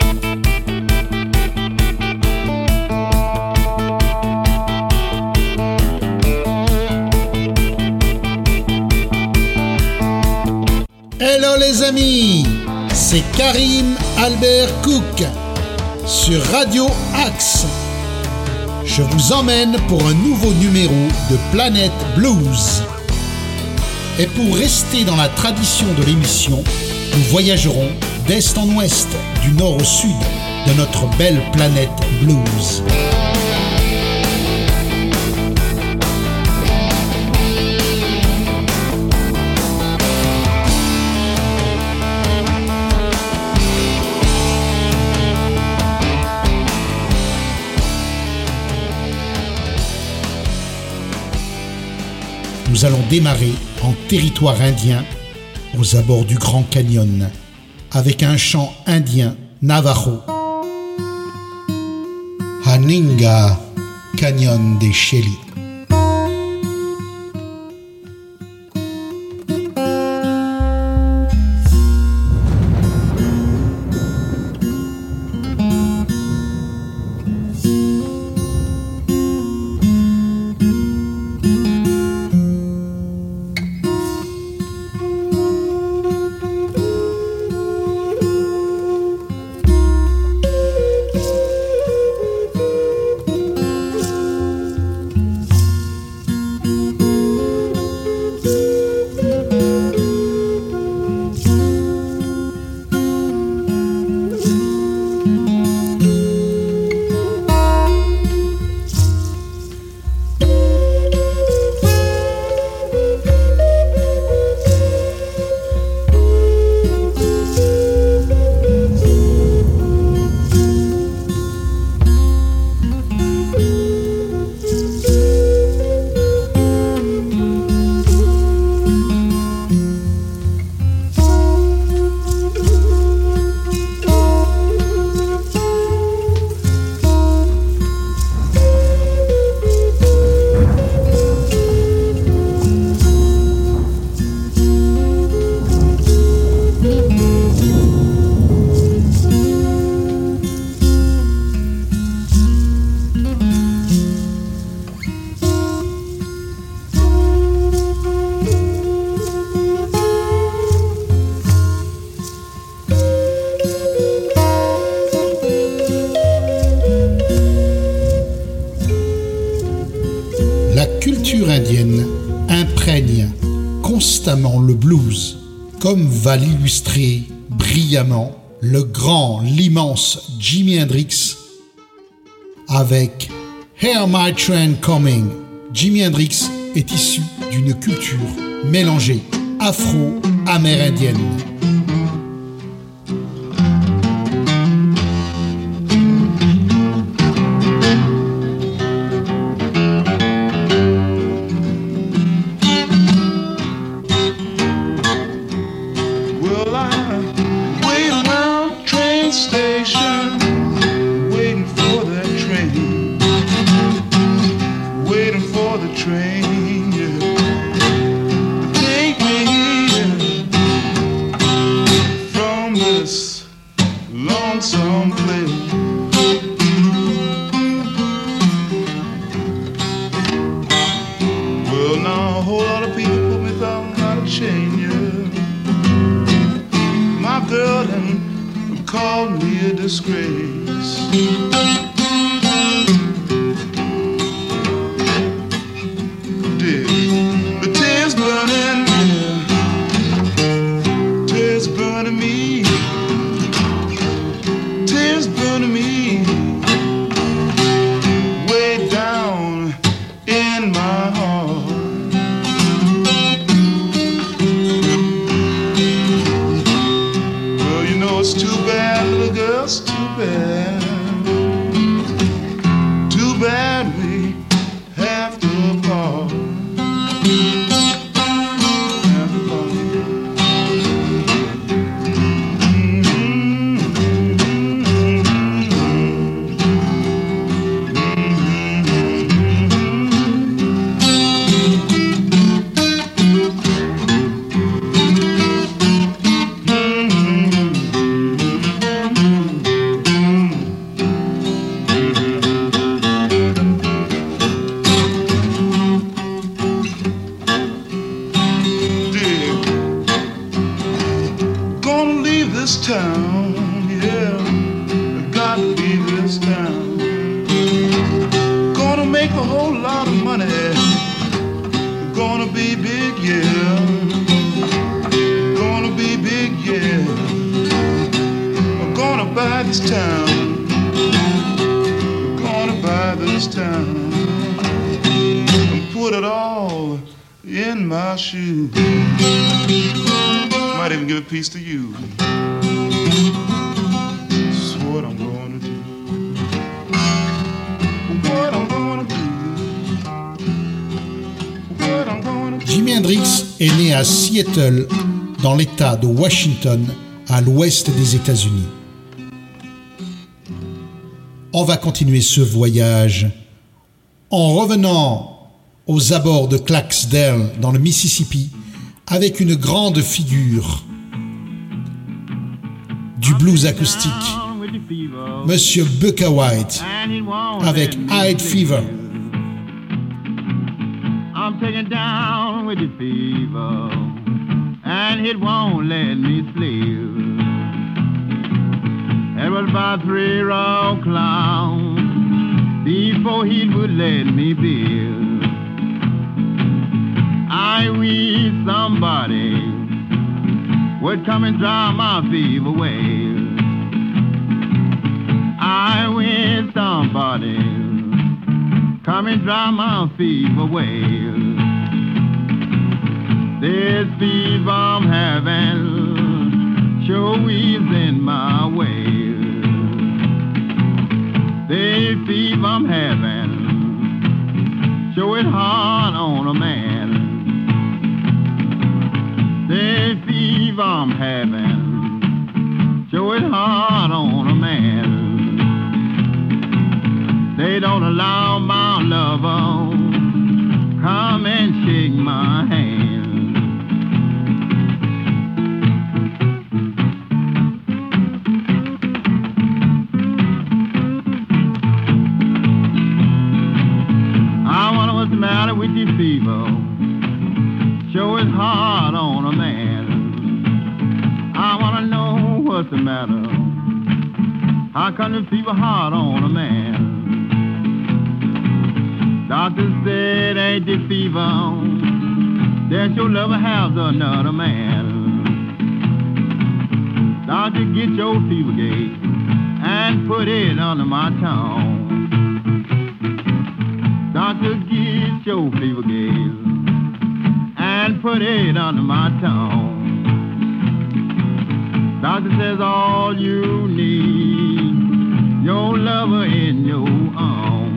Hello les amis, c'est Karim Albert Cook sur Radio Axe. Je vous emmène pour un nouveau numéro de Planète Blues. Et pour rester dans la tradition de l'émission, nous voyagerons d'est en ouest, du nord au sud de notre belle planète blues. Nous allons démarrer en territoire indien, aux abords du Grand Canyon, avec un chant indien navajo. Haninga Canyon de Shelly. Constamment le blues, comme va l'illustrer brillamment le grand, l'immense Jimi Hendrix avec Hear My Train Coming. Jimi Hendrix est issu d'une culture mélangée afro-amérindienne. gonna buy this town. We're gonna buy this town and put it all in my shoe. Might even give a piece to you. This is what I'm gonna do. What I'm gonna do. What I'm gonna do. Jimi Hendrix est né à Seattle, dans l'État de Washington, à l'ouest des États-Unis. On va continuer ce voyage en revenant aux abords de Clarksdale, dans le Mississippi, avec une grande figure du blues acoustique, Monsieur Bukka White, avec Hide Fever. I'm taken down with the fever, and it won't let me sleep. It was about 3 o'clock before he would let me be. I wish somebody would come and drive my fever away. I wish somebody come and drive my fever away. This fever I'm having sure is in my way. This fever I'm having sure is hard on a man. This fever I'm having sure is hard on a man. They don't allow my lover come and shake my hand. I wonder what's the matter with this fever. Sure is hard on a man. I wanna know what's the matter. How come the fever hard on a man? Doctor said ain't the fever that your lover has another man. Doctor, get your fever gauge and put it under my tongue. Doctor, get your fever gauge and put it under my tongue. Doctor says all you need, your lover in your arms.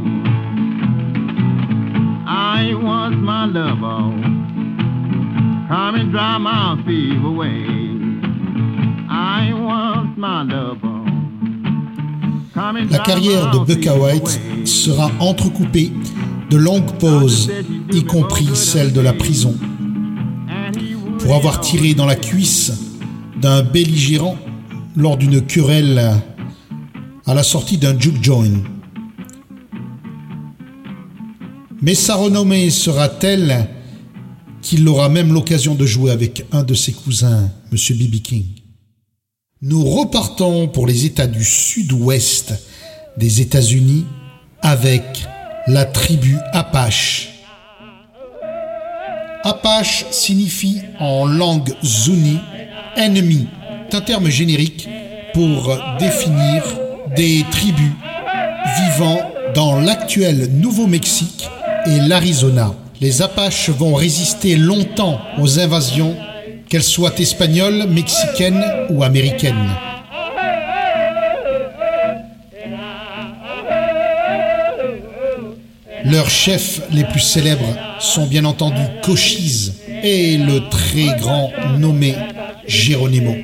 I want my lover, come and drive my fever away. I want my lover, come and drive my fever away. La carrière de Bukka White sera entrecoupée de longues pauses, y compris celle de la prison, pour avoir tiré dans la cuisse d'un belligérant lors d'une querelle à la sortie d'un juke joint. Mais sa renommée sera telle qu'il aura même l'occasion de jouer avec un de ses cousins, M. B.B. King. Nous repartons pour les États du sud-ouest des États-Unis avec la tribu Apache. Apache signifie en langue zuni « ennemi ». C'est un terme générique pour définir des tribus vivant dans l'actuel Nouveau-Mexique et l'Arizona. Les Apaches vont résister longtemps aux invasions, qu'elles soient espagnoles, mexicaines ou américaines. Leurs chefs les plus célèbres sont bien entendu Cochise et le très grand nommé Geronimo.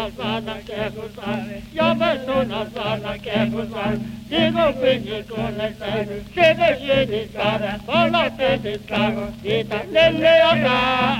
nazwana kefusal, yabesu nazwana kefusal, digo pinyi konesel, şebe şedi skara, bala tedi skara, dita lele aga,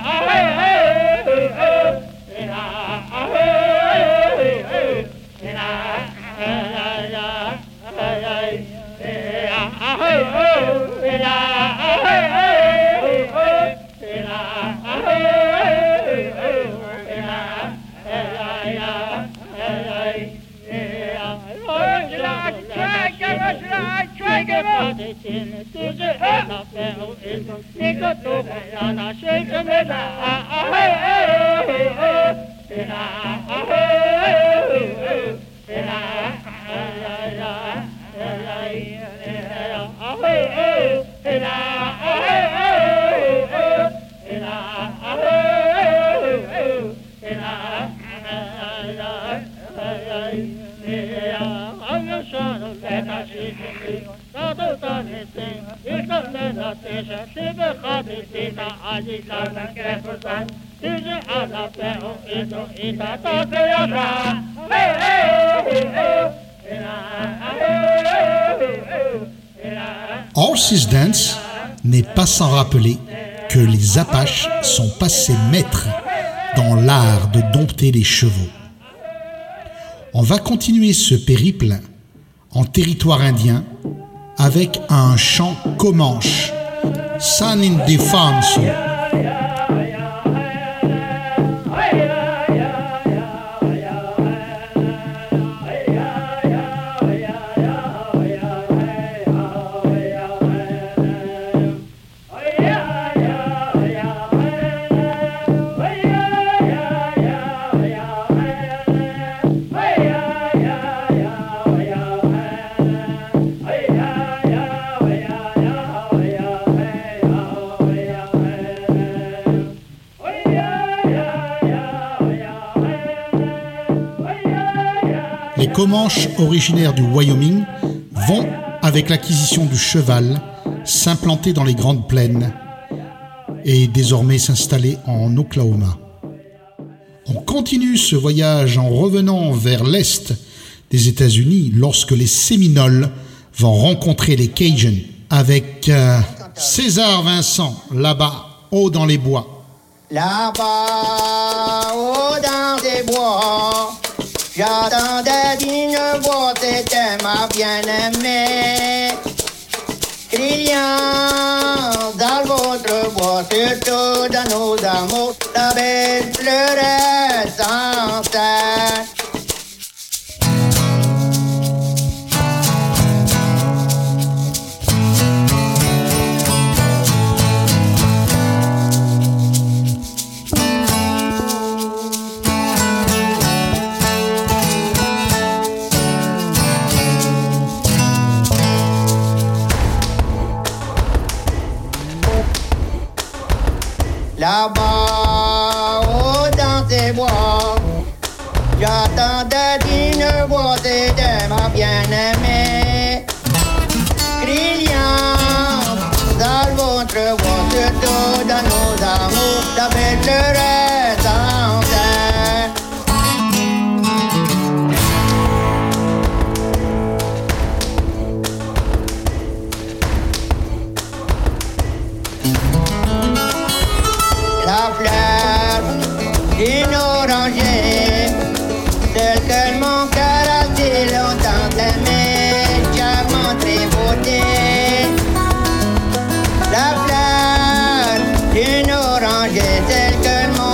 Horses Dance n'est pas sans rappeler que les Apaches sont passés maîtres dans l'art de dompter les chevaux. On va continuer ce périple en territoire indien avec un chant comanche, San Indefenso. Les Comanches originaires du Wyoming vont, avec l'acquisition du cheval, s'implanter dans les grandes plaines et désormais s'installer en Oklahoma. On continue ce voyage en revenant vers l'est des États-Unis lorsque les Séminoles vont rencontrer les Cajuns avec César Vincent, là-bas, haut dans les bois. Là-bas, haut dans les bois, j'attendais d'une voix, c'était ma bien-aimée. Criant dans votre bois, surtout dans nos amours, la belle pleurait sans cesse. Là-bas, haut dans ces bois, j'attendais d'une voix, c'était ma bien-aimée. Criant dans votre voix, surtout dans nos amours, la belle pleurait sans cesse. La fleur d'une oranger, celle que mon cœur a si longtemps aimé, charmante beauté. La fleur d'une oranger, celle que mon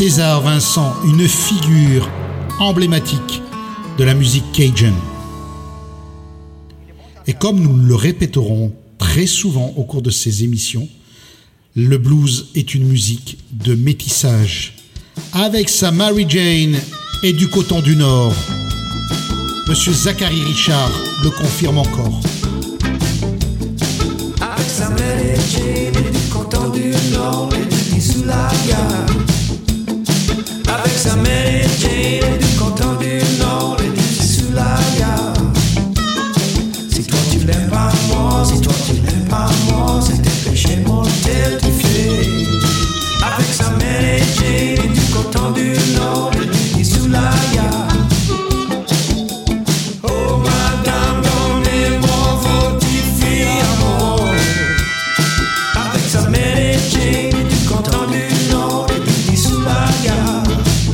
César Vincent, une figure emblématique de la musique cajun. Et comme nous le répéterons très souvent au cours de ces émissions, le blues est une musique de métissage. Avec sa Mary Jane et du coton du Nord, Monsieur Zachary Richard le confirme encore. Avec sa Mary Jane et du coton du Nord et du lit sous la gare. Avec sa Mary Jane et du coton du Nord et du lit sous la gare. Si toi tu l'aimes pas moi, si toi tu l'aimes pas moi, c'est tes péchés mortels tu fais. Avec sa Mary Jane et du coton du Nord et du lit sous la gare. Oh madame, donnez-moi votre fille amour. Avec sa Mary Jane et du coton du Nord et du lit sous la gare.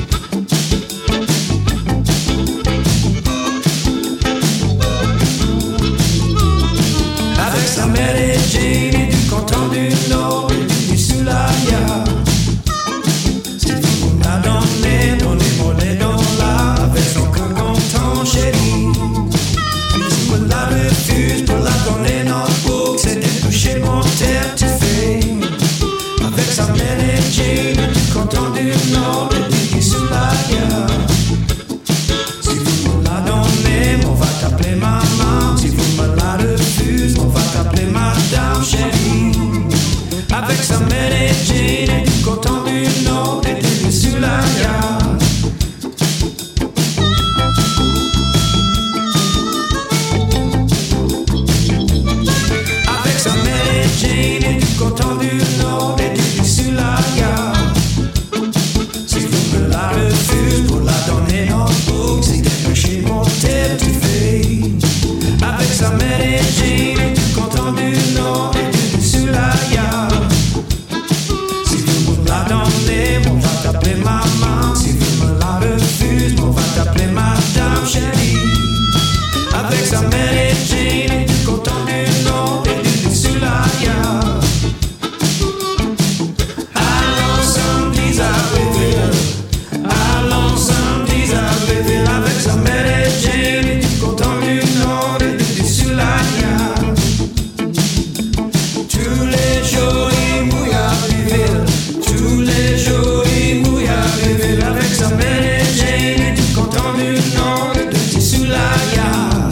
Avec sa Mary Jane et du coton du Nord et du lit sous la gare. Si vous me la donnez, donnez-moi les dollars avec son cœur content chéri. Puis si vous me la refusez pour la donner notebook, c'est des touchés mortels tu fais. Avec sa Mary Jane et du coton du Nord et du lit sous la gare. Si vous me la donnez, on va t'appeler maman. Si vous me la refusez, on va t'appeler madame chérie. Avec sa Mary Jane et du coton du Nord et du lit sous la gare. Avec sa Mary Jane et du coton du Nord et du lit sous la gare. Si vous me la refusez pour la donner en book, c'est des péchés mortels tu fais. Avec sa Mary Jane et du coton du Nord et du lit sous la gare. Si vous me la donnez, on va t'appeler maman. Si vous me la refusez, on va t'appeler madame chérie. Avec sa Mary Jane et du coton du Nord et du lit sous la gare. Allons samedi à Béville, allons samedi à Béville. Avec sa Mary Jane et du coton du Nord et du lit sous la gare. Tous les jours il mouille à Béville, tous les jours il mouille à Béville. Avec sa Mary Jane et du coton du Nord et du lit sous la gare.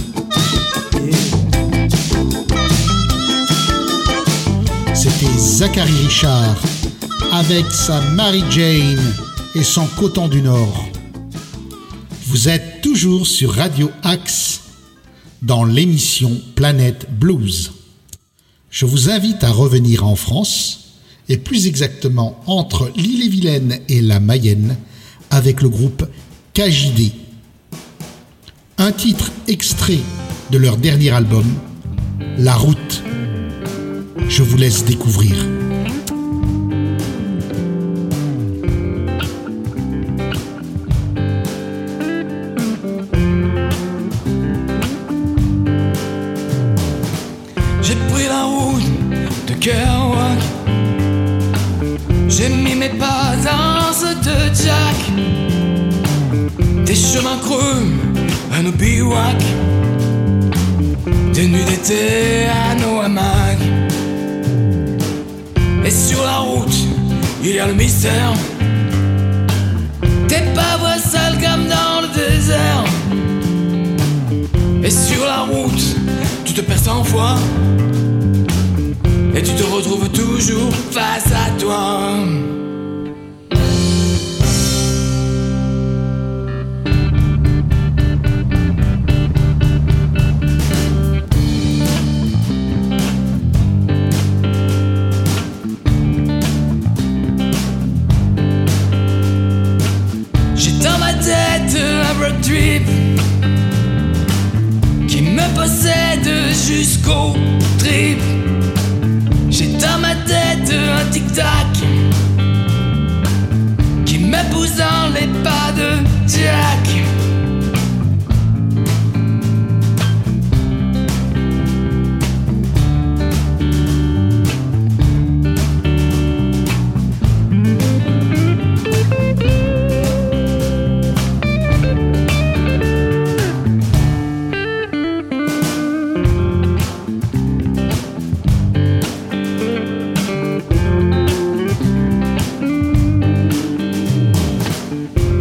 C'était Zachary Richard avec sa Mary Jane et son coton du Nord. Vous êtes toujours sur Radio Axe dans l'émission Planète Blues. Je vous invite à revenir en France et plus exactement entre l'Ille-et-Vilaine et la Mayenne avec le groupe KJD. Un titre extrait de leur dernier album, La Route. Je vous laisse découvrir. J'ai pris la route de Kerouac. J'ai mis mes pas dans ceux de Jack. Des chemins creux, un bivouac. Des nuits d'été à nos hamacs. Et sur la route, il y a le mystère. T'es pas vrai seul comme dans le désert. Et sur la route, tu te perds 100 fois. Et tu te retrouves toujours face à toi. J'ai dans ma tête un road trip qui me possède jusqu'au trip. J'ai dans ma tête un tic-tac qui me pousse dans les pas de Jack.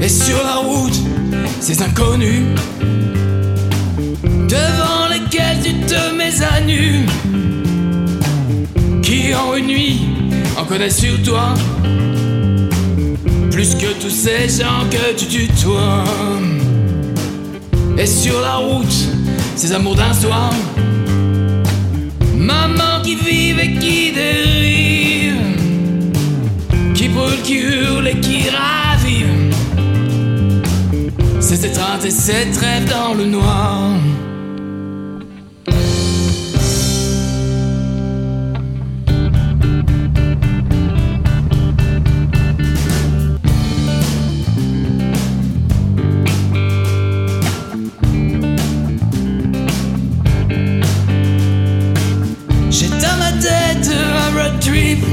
Et sur la route, ces inconnus devant lesquels tu te mets à nu, qui en une nuit en connaissent sur toi plus que tous ces gens que tu tutoies. Et sur la route, ces amours d'un soir, maman qui vive et qui dérive, qui brûle, qui hurle et qui ravive. C'est cette étreinte et cette rêve dans le noir. J'ai dans ma tête un road trip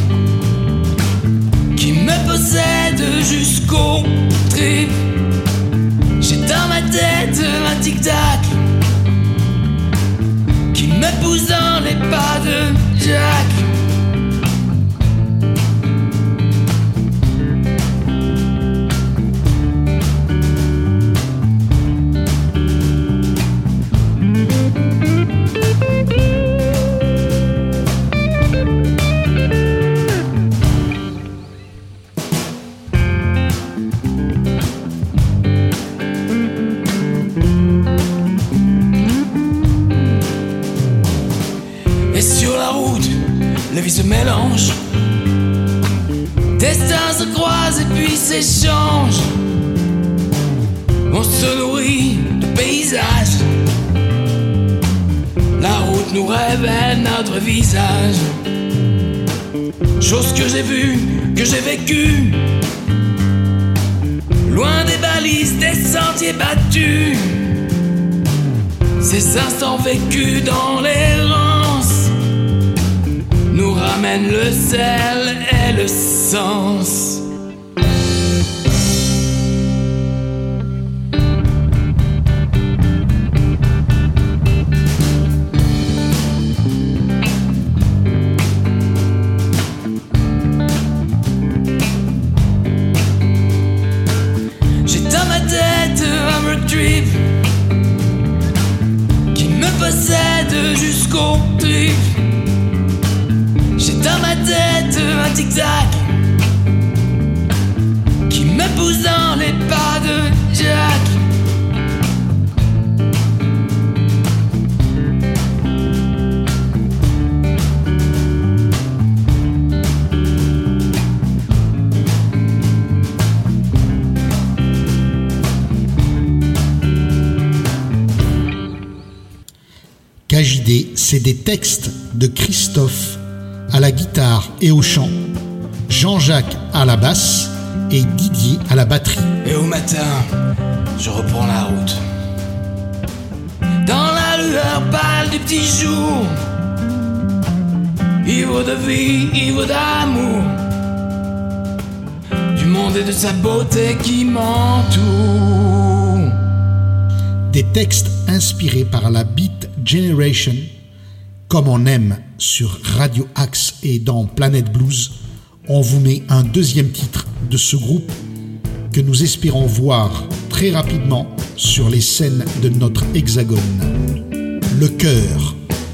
qui me possède jusqu'au trip. J'ai dans ma tête un tic-tac qui me pousse dans les pas de Jack. Les vies se mélangent, destins se croisent et puis s'échangent. On se nourrit de paysages, la route nous révèle notre visage. Chose que j'ai vue, que j'ai vécue, loin des balises, des sentiers battus. Ces instants vécus dans l'errance nous ramènent le sel et le sens. J'ai dans ma tête un road trip qui me possède jusqu'au trip. J'ai dans ma tête un tic-tac qui me pousse dans les pas de Jack. KJD, c'est des textes de Christophe à la guitare et au chant, Jean-Jacques à la basse et Didier à la batterie. Et au matin, je reprends la route. Dans la lueur pâle du petit jour, ivre de vie, ivre d'amour, du monde et de sa beauté qui m'entoure. Des textes inspirés par la Beat Generation, comme on aime sur Radio Axe et dans Planet Blues. On vous met un deuxième titre de ce groupe que nous espérons voir très rapidement sur les scènes de notre hexagone. Le Cœur.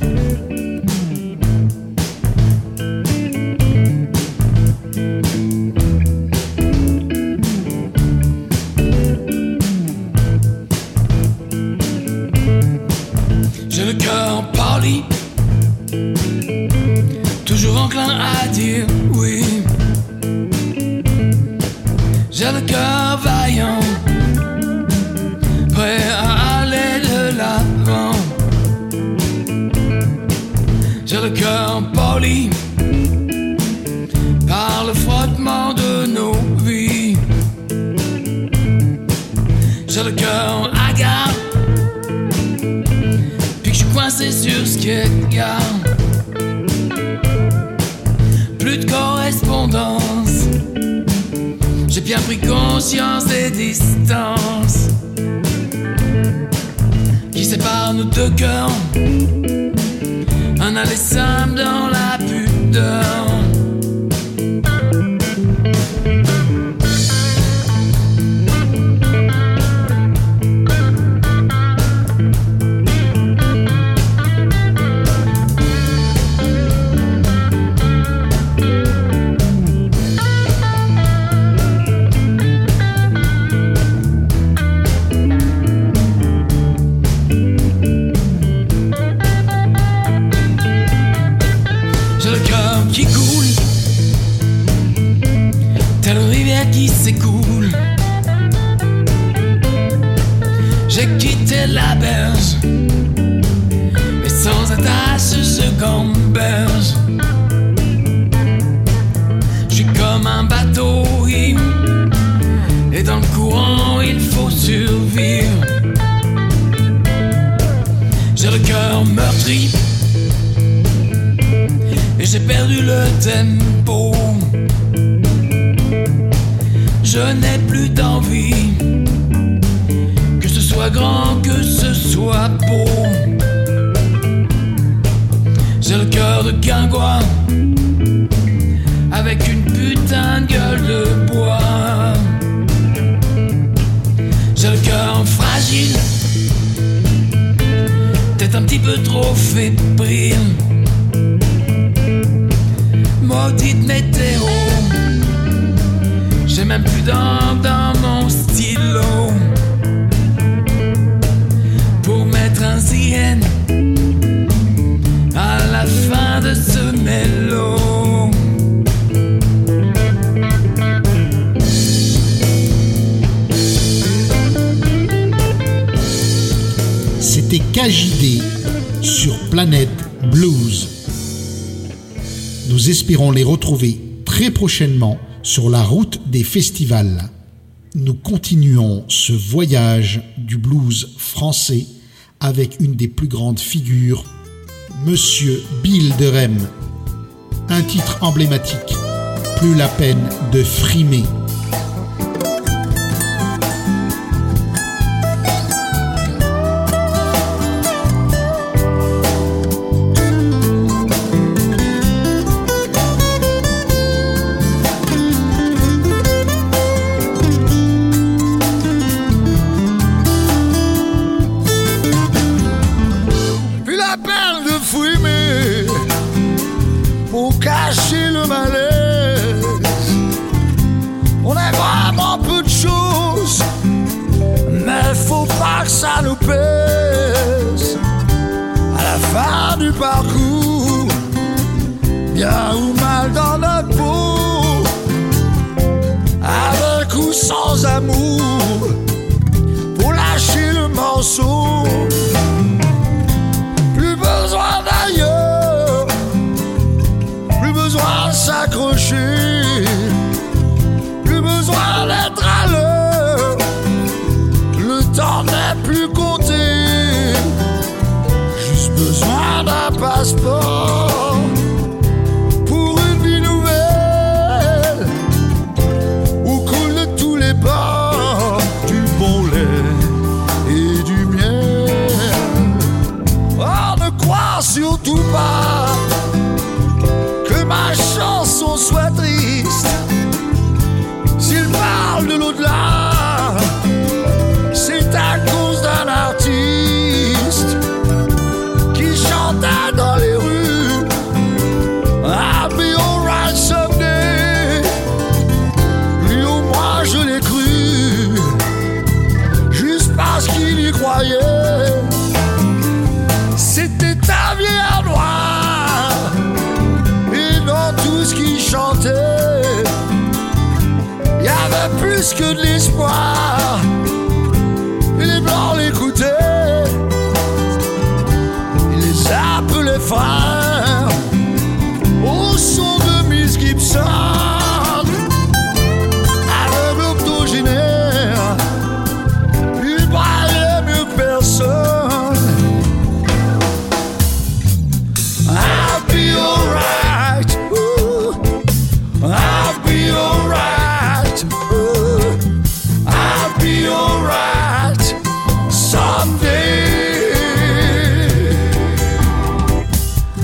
J'ai le cœur pâli, toujours enclin à dire oui. J'ai le cœur vaillant, prêt à aller de l'avant. J'ai le cœur poli par le frottement de nos vies. J'ai le cœur hagard, puis que je suis coincé sur ce qui est gare. Plus de correspondance, j'ai bien pris conscience des distances qui séparent nos deux cœurs. Un aller simple dans la pudeur. J'ai quitté la berge et sans attache je gamberge. Je suis comme un bateau, oui, et dans le courant il faut survivre. J'ai le cœur meurtri et j'ai perdu le tempo. Je n'ai plus d'envie, que ce soit grand, que ce soit beau. J'ai le cœur de guingois avec une putain de gueule de bois. J'ai le cœur fragile, peut-être un petit peu trop fébrile. Maudite météo, j'ai même plus d'encre dans mon stylo pour mettre un ZN à la fin de ce mélo. C'était KJD sur Planète Blues. Nous espérons les retrouver très prochainement sur la route des festivals. Nous continuons ce voyage du blues français avec une des plus grandes figures, Monsieur Bill de Rem. Un titre emblématique, plus la peine de frimer. Plus que de l'espoir, et les blancs l'écoutaient, ils les appelaient frères au son de Miss Gibson, aveugle octogénaire, il braillait mieux que personne. I'll be alright, ooh, I'll be alright. Be alright someday.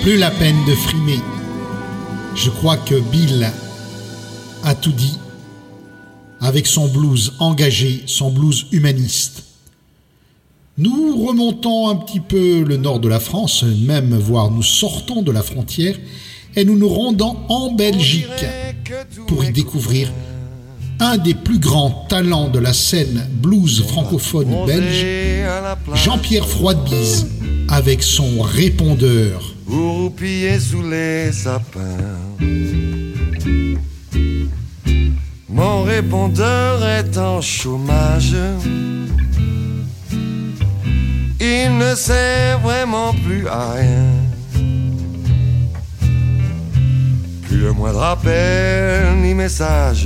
Plus la peine de frimer. Je crois que Bill a tout dit avec son blues engagé, son blues humaniste. Nous remontons un petit peu le nord de la France, même voire nous sortons de la frontière et nous nous rendons en Belgique pour y découvrir un des plus grands talents de la scène blues francophone belge, Jean-Pierre Froidebise, avec son répondeur. Roupillé sous les sapins, mon répondeur est en chômage. Il ne sert vraiment plus à rien. Plus le moindre appel ni message.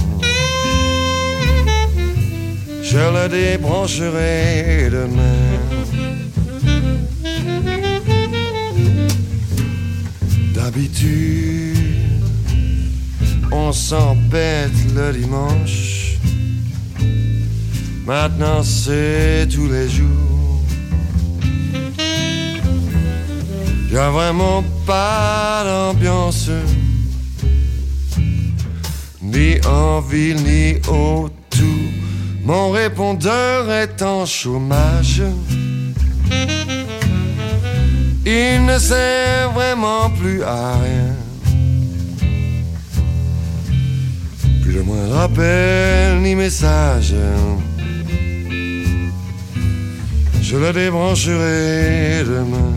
Je le débrancherai demain. D'habitude, on s'empête le dimanche. Maintenant c'est tous les jours. Y'a vraiment pas d'ambiance, ni en ville ni autour. Mon répondeur est en chômage. Il ne sert vraiment plus à rien. Plus le moindre appel ni message. Je le débrancherai demain.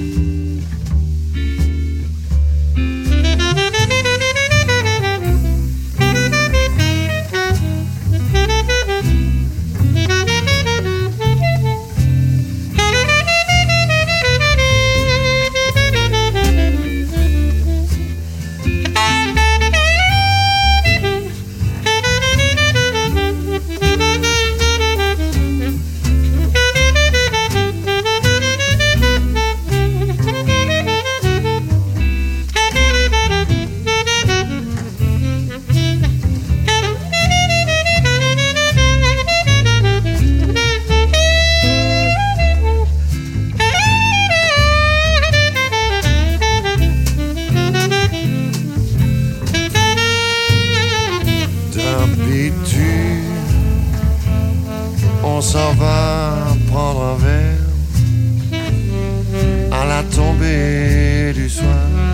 On s'en va prendre un verre à la tombée du soir.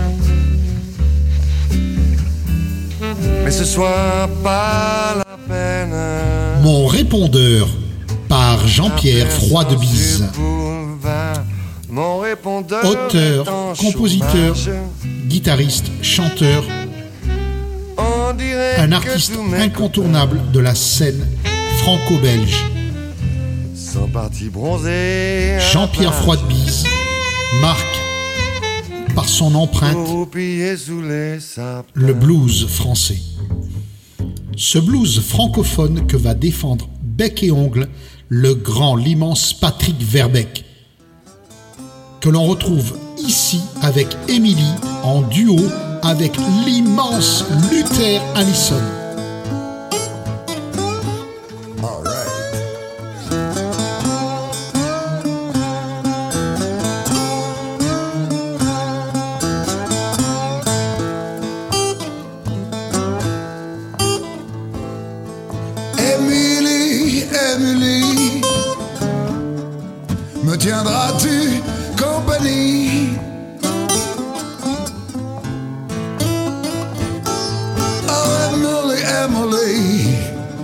Mais ce soit pas la peine. Mon répondeur par Jean-Pierre Froidebise. Auteur, compositeur, guitariste, chanteur, un artiste incontournable de la scène franco-belge. Jean-Pierre Froidebise marque par son empreinte le blues français. Ce blues francophone que va défendre bec et ongle le grand, l'immense Patrick Verbeek, que l'on retrouve ici avec Émilie en duo avec l'immense Luther Allison. Émilie, me tiendras-tu compagnie? Oh, Emily, Emily,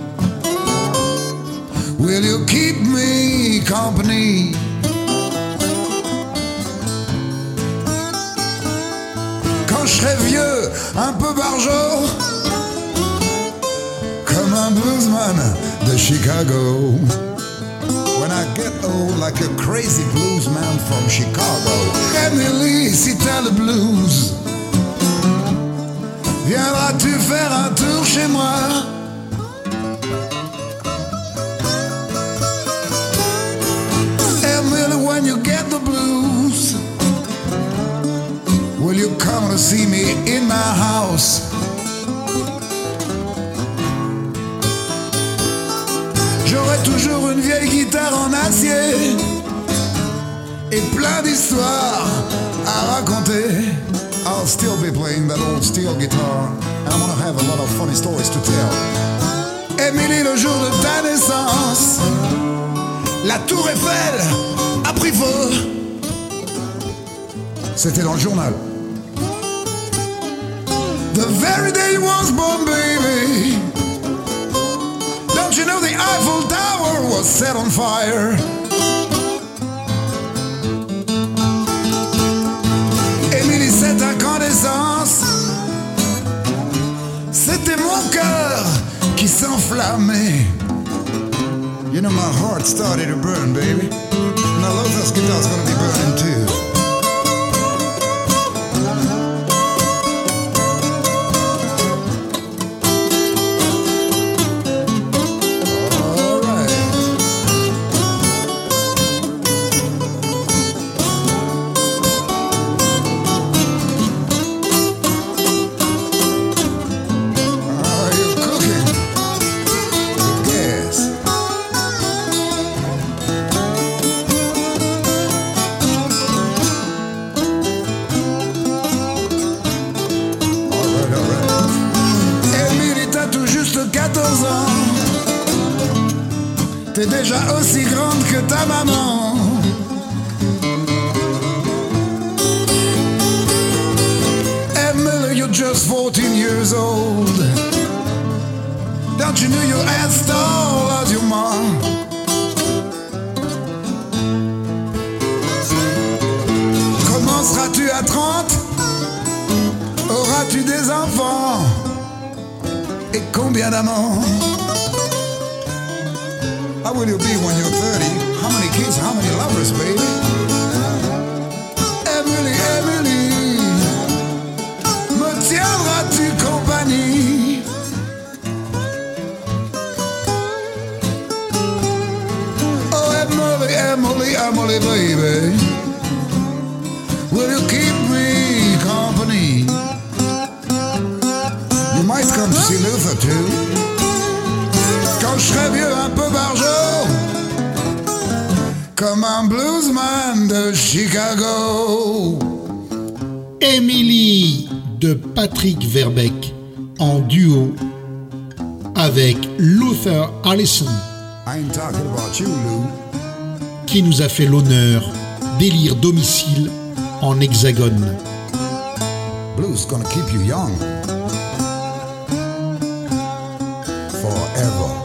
will you keep me company? Quand je serai vieux, un peu barjot, comme un bluesman de Chicago. When I get old like a crazy bluesman from Chicago. Emily, si t'as le blues, viendras-tu faire un tour chez moi? Emily, when you get the blues, will you come to see me in my house? J'aurai toujours une vieille guitare en acier et plein d'histoires à raconter. I'll still be playing that old steel guitar, and I'm gonna have a lot of funny stories to tell. Émilie, le jour de ta naissance, la tour Eiffel a pris feu. C'était dans le journal. The very day you was born, baby. Don't you know the Eiffel Tower was set on fire? Émilie, cette incandescence, c'était mon cœur qui s'enflammait. You know, my heart started to burn, baby. Now Luther's guitar's gonna be burning too. T'es déjà aussi grande que ta maman. Emily, you're just 14 years old. Don't you know you're as tall as your mom? Comment seras-tu à 30? Auras-tu des enfants? Et combien d'amants? How will you be when you're 30? How many kids, how many lovers, baby? Emily, Emily, me tiendras-tu compagnie? Oh, Emily, Emily, Emily, baby, will you keep me company? You might come to see Luther too. Quand je serai vieux, un peu barjot, comme un bluesman de Chicago. Émilie de Patrick Verbeek en duo avec Luther Allison, I ain't talking about you, Lou. qui nous a fait l'honneur d'élire domicile en Hexagone. Blues gonna keep you young forever.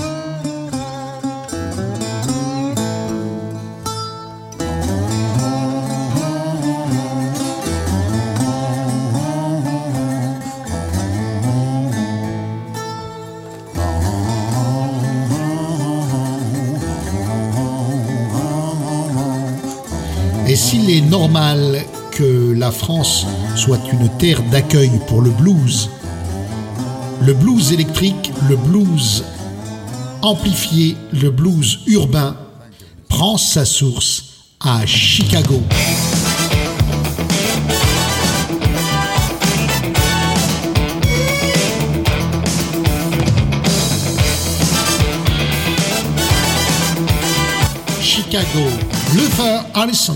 Et s'il est normal que la France soit une terre d'accueil pour le blues électrique, le blues amplifié, le blues urbain prend sa source à Chicago. Chicago, Luther Allison.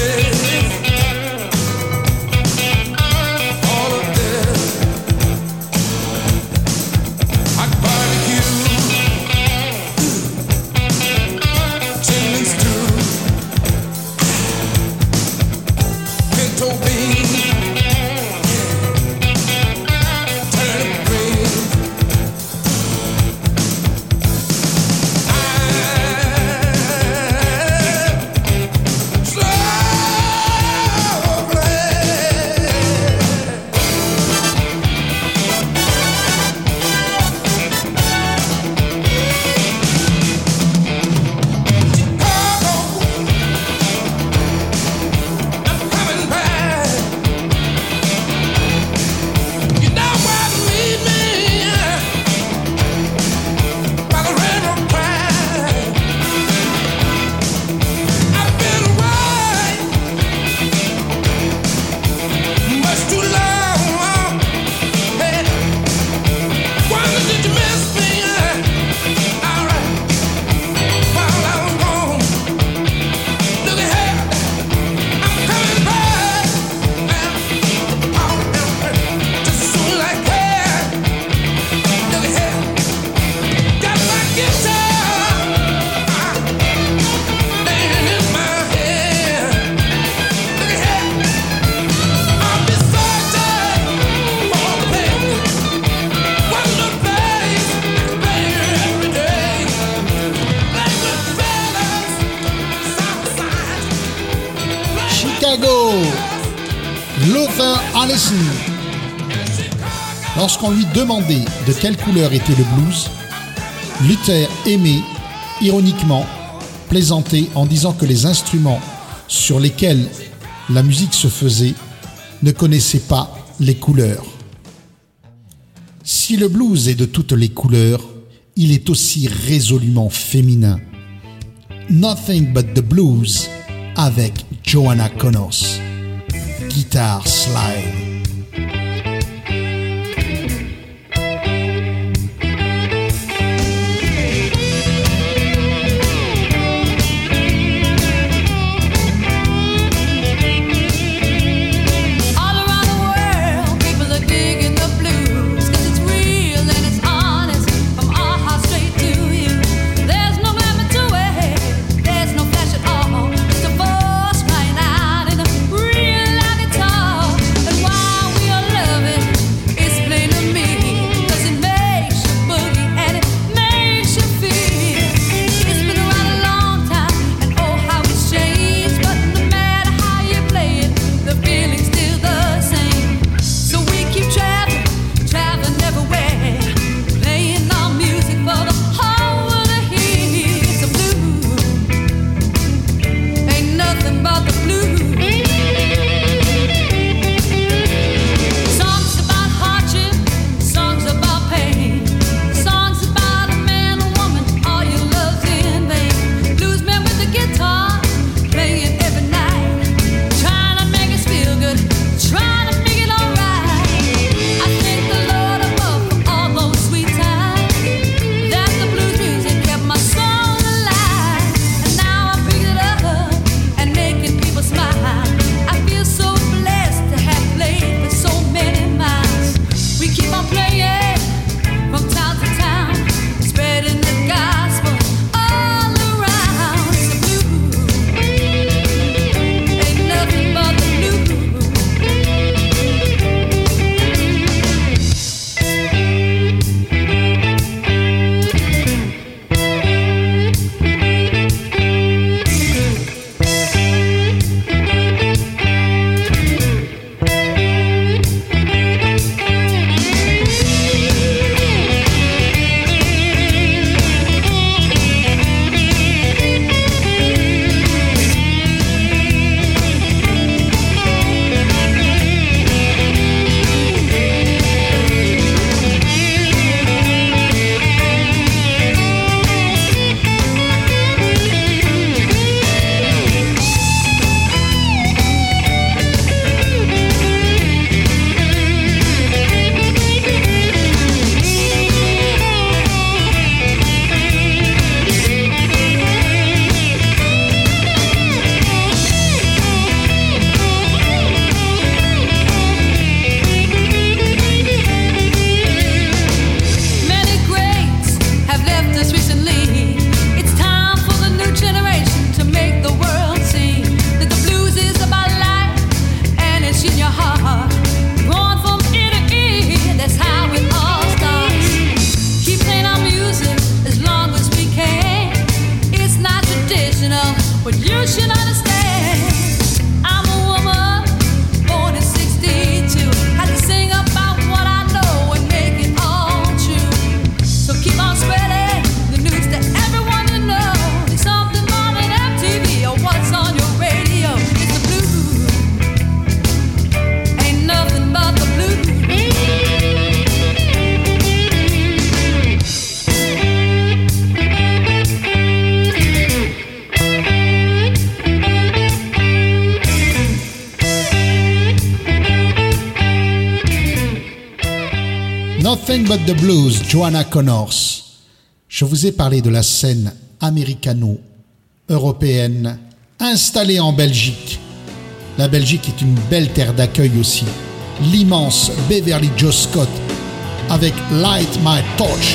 Luther Allison. Lorsqu'on lui demandait de quelle couleur était le blues, Luther aimait, ironiquement, plaisanter en disant que les instruments sur lesquels la musique se faisait ne connaissaient pas les couleurs. Si le blues est de toutes les couleurs, il est aussi résolument féminin. Nothing But the Blues avec Joanna Connors. Guitar slide. Why Nothing But the Blues, Joanna Connors. Je vous ai parlé de la scène américano-européenne installée en Belgique. La Belgique est une belle terre d'accueil aussi. L'immense Beverly Joe Scott avec Light My Torch.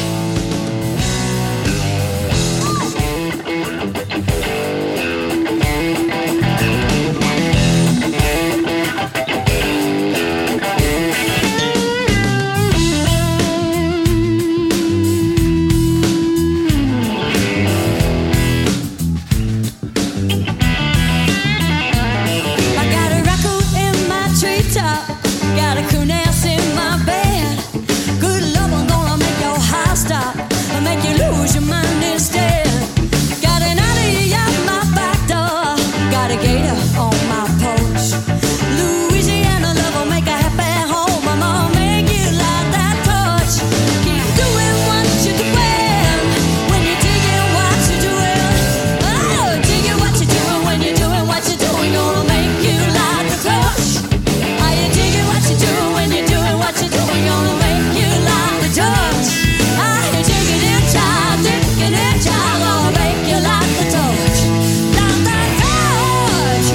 Got a cool nest in my bed. Good love, I'm gonna make your heart stop. I'll make you lose your mind instead. Got an alley out my back door. Got a gator on my porch. Louisiana love will make a happy home. I'm gonna make you light that torch. Keep doing what you're doing. When you're digging what you're doing. Oh, digging what you're doing. When you're doing what you're doing. Gonna make you light the torch. When you're doing what you're doing, gonna make you light the torch. I ain't digging it, child, gonna make you light the torch. Light that torch.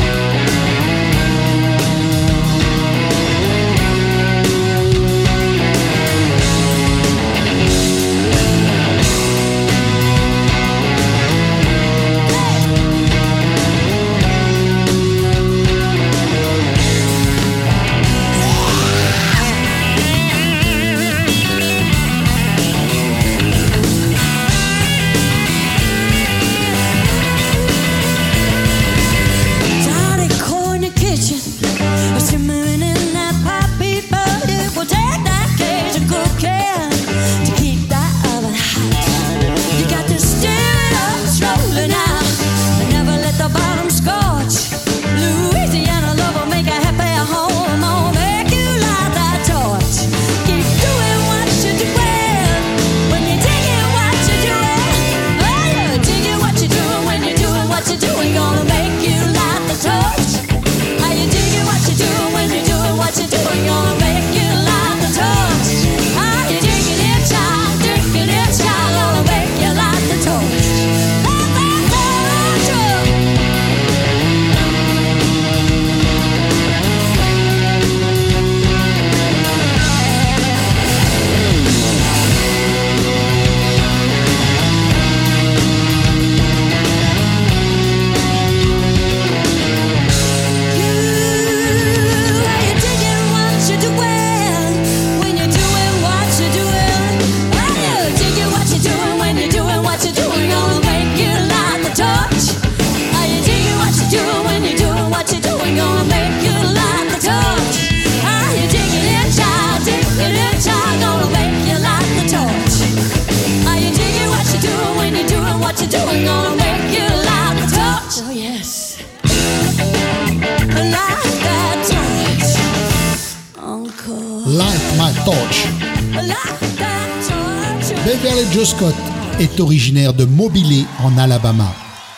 Beverly Joe Scott est originaire de Mobile en Alabama.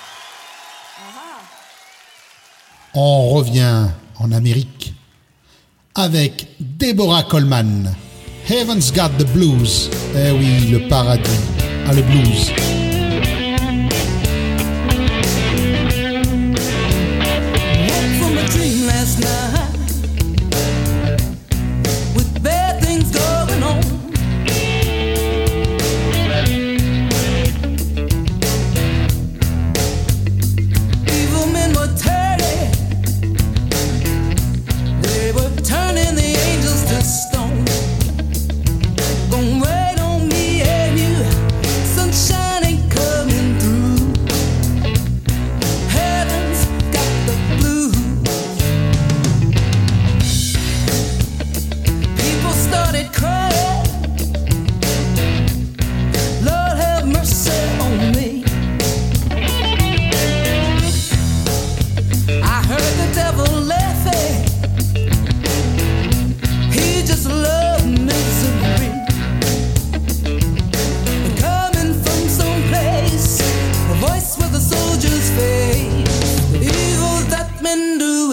On revient en Amérique avec Deborah Coleman. Heaven's Got the Blues. Eh oui, le paradis a le blues.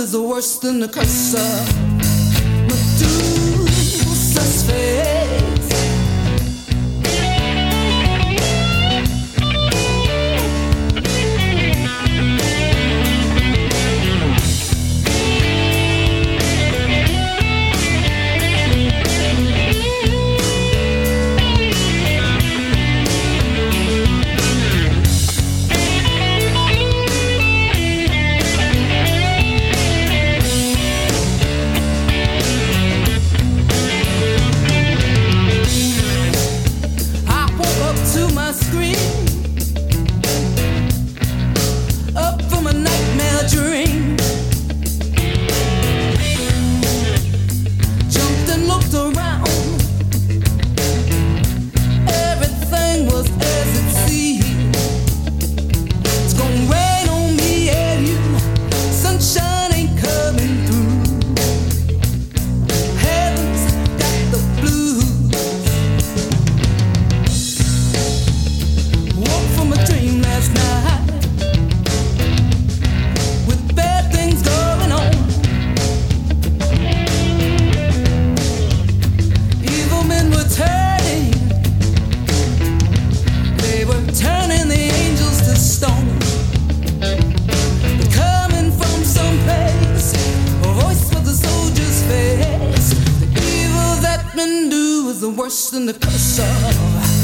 Worse than the curse of Medusa's face. worse than the curse of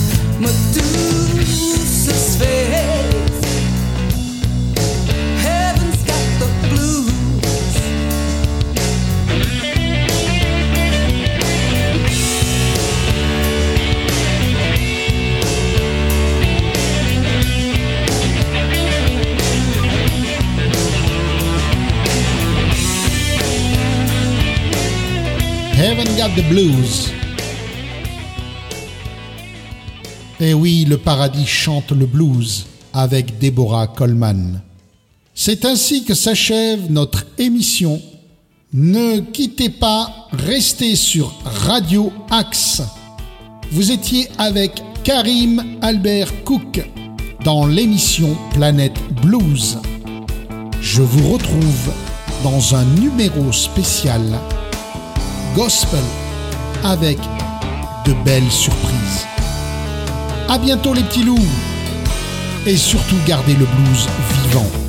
Medusa's face. Heaven's got the blues. Heaven Got the Blues. Et oui, le paradis chante le blues avec Deborah Coleman. C'est ainsi que s'achève notre émission. Ne quittez pas, restez sur Radio Axe. Vous étiez avec Karim Albert Cook dans l'émission Planète Blues. Je vous retrouve dans un numéro spécial Gospel avec de belles surprises. À bientôt les petits loups et surtout gardez le blues vivant.